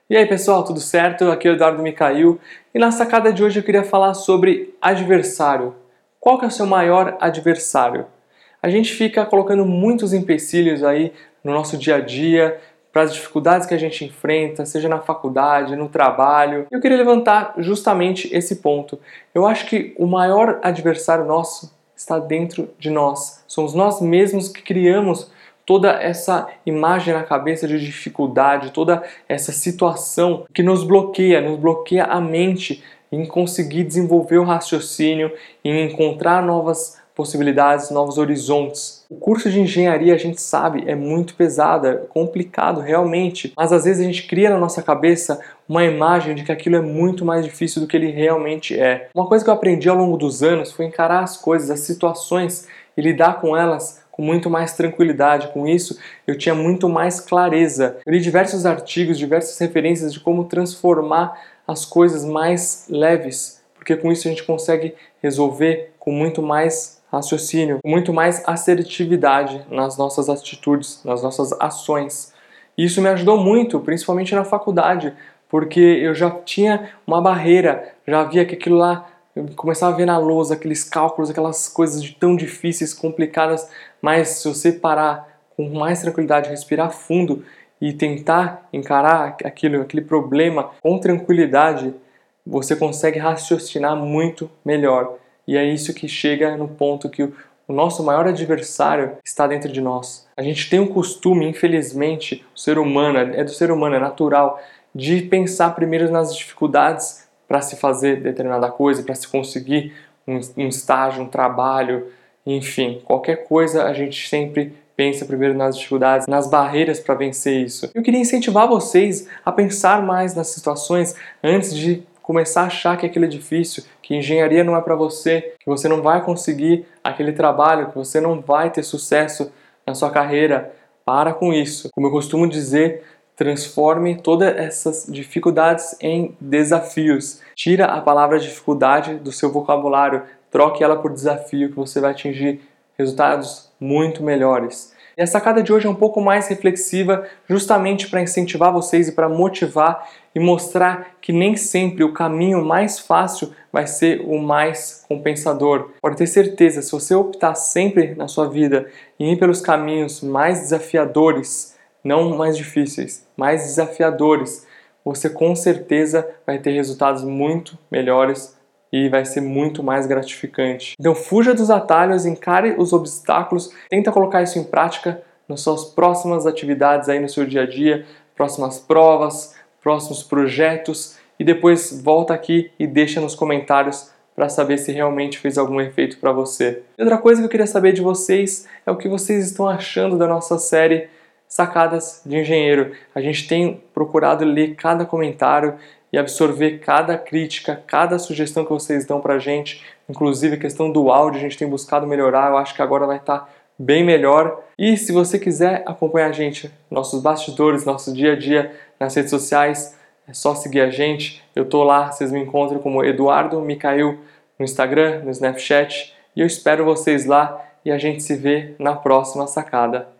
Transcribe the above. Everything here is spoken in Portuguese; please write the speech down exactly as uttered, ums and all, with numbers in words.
E aí pessoal, tudo certo? Aqui é o Eduardo Micail e na sacada de hoje eu queria falar sobre adversário. Qual que é o seu maior adversário? A gente fica colocando muitos empecilhos aí no nosso dia a dia para as dificuldades que a gente enfrenta, seja na faculdade, no trabalho. Eu queria levantar justamente esse ponto. Eu acho que o maior adversário nosso está dentro de nós. Somos nós mesmos que criamos toda essa imagem na cabeça de dificuldade, toda essa situação que nos bloqueia, nos bloqueia a mente em conseguir desenvolver o raciocínio, em encontrar novas possibilidades, novos horizontes. O curso de engenharia, a gente sabe, é muito pesado, é complicado realmente, mas às vezes a gente cria na nossa cabeça uma imagem de que aquilo é muito mais difícil do que ele realmente é. Uma coisa que eu aprendi ao longo dos anos foi encarar as coisas, as situações e lidar com elas com muito mais tranquilidade. Com isso, eu tinha muito mais clareza. Eu li diversos artigos, diversas referências de como transformar as coisas mais leves, porque com isso a gente consegue resolver com muito mais raciocínio, com muito mais assertividade nas nossas atitudes, nas nossas ações. E isso me ajudou muito, principalmente na faculdade, porque eu já tinha uma barreira, já via que aquilo lá, eu começava a ver na lousa aqueles cálculos, aquelas coisas de tão difíceis, complicadas, mas se você parar com mais tranquilidade, respirar fundo e tentar encarar aquilo, aquele problema com tranquilidade, você consegue raciocinar muito melhor. E é isso que chega no ponto que o nosso maior adversário está dentro de nós. A gente tem um costume, infelizmente, o ser humano, é do ser humano, é natural, de pensar primeiro nas dificuldades para se fazer determinada coisa, para se conseguir um, um estágio, um trabalho, enfim, qualquer coisa a gente sempre pensa primeiro nas dificuldades, nas barreiras para vencer isso. Eu queria incentivar vocês a pensar mais nas situações antes de começar a achar que aquilo é difícil, que engenharia não é para você, que você não vai conseguir aquele trabalho, que você não vai ter sucesso na sua carreira. Para com isso. Como eu costumo dizer, transforme todas essas dificuldades em desafios. Tira a palavra dificuldade do seu vocabulário, troque ela por desafio que você vai atingir resultados muito melhores. E a sacada de hoje é um pouco mais reflexiva, justamente para incentivar vocês e para motivar e mostrar que nem sempre o caminho mais fácil vai ser o mais compensador. Pode ter certeza, se você optar sempre na sua vida e ir pelos caminhos mais desafiadores, não mais difíceis, mais desafiadores, você com certeza vai ter resultados muito melhores e vai ser muito mais gratificante. Então fuja dos atalhos, encare os obstáculos, tenta colocar isso em prática nas suas próximas atividades aí no seu dia a dia, próximas provas, próximos projetos e depois volta aqui e deixa nos comentários para saber se realmente fez algum efeito para você. E outra coisa que eu queria saber de vocês é o que vocês estão achando da nossa série Sacadas de Engenheiro. A gente tem procurado ler cada comentário e absorver cada crítica, cada sugestão que vocês dão pra gente, inclusive a questão do áudio, a gente tem buscado melhorar, eu acho que agora vai estar bem melhor. E se você quiser acompanhar a gente, nossos bastidores, nosso dia a dia nas redes sociais, é só seguir a gente. Eu tô lá, vocês me encontram como Eduardo Micail no Instagram, no Snapchat, e eu espero vocês lá e a gente se vê na próxima sacada.